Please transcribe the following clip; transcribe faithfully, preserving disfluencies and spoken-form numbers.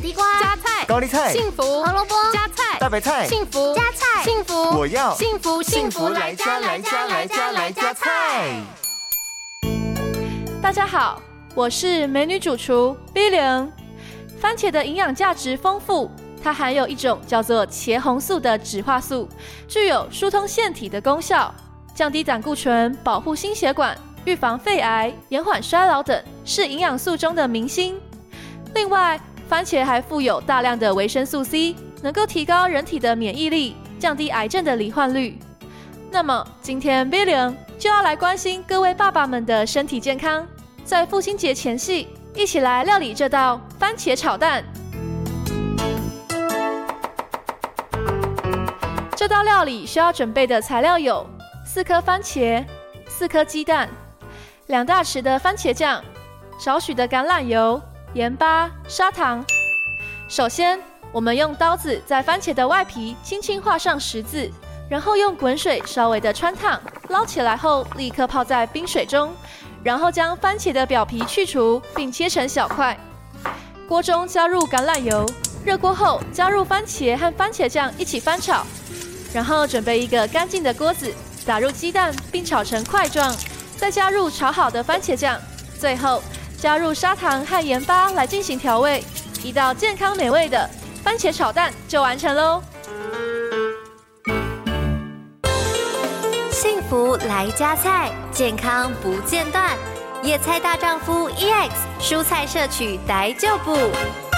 地瓜、 加菜、 高丽菜、 幸福、 胡萝卜、 加菜、 大白菜、 幸福、 加菜、 幸福， 我要幸福幸福来家来家来家来家菜。 大家好，我是美女主厨 B 零。番茄的营养价值丰富，它含有一种叫做茄红素的植化素，具有疏通腺体的功效，降低胆固醇，保护心血管，预防肺癌，延缓衰老等，是营养素中的明星。另外，番茄还富有大量的维生素 C， 能够提高人体的免疫力，降低癌症的罹患率。那么，今天 B 零就要来关心各位爸爸们的身体健康，在父亲节前夕，一起来料理这道番茄炒蛋。这道料理需要准备的材料有四颗番茄、四颗鸡蛋、两大匙的番茄酱、少许的橄榄油、盐巴、砂糖。首先，我们用刀子在番茄的外皮轻轻画上十字，然后用滚水稍微的汆烫，捞起来后立刻泡在冰水中，然后将番茄的表皮去除，并切成小块。锅中加入橄榄油，热锅后加入番茄和番茄酱一起翻炒，然后准备一个干净的锅子，打入鸡蛋并炒成块状，再加入炒好的番茄酱，最后加入砂糖和盐巴来进行调味，一道健康美味的番茄炒蛋就完成喽。 幸福来加菜，健康不间断。野菜大丈夫 E X 蔬菜摄取逮就补。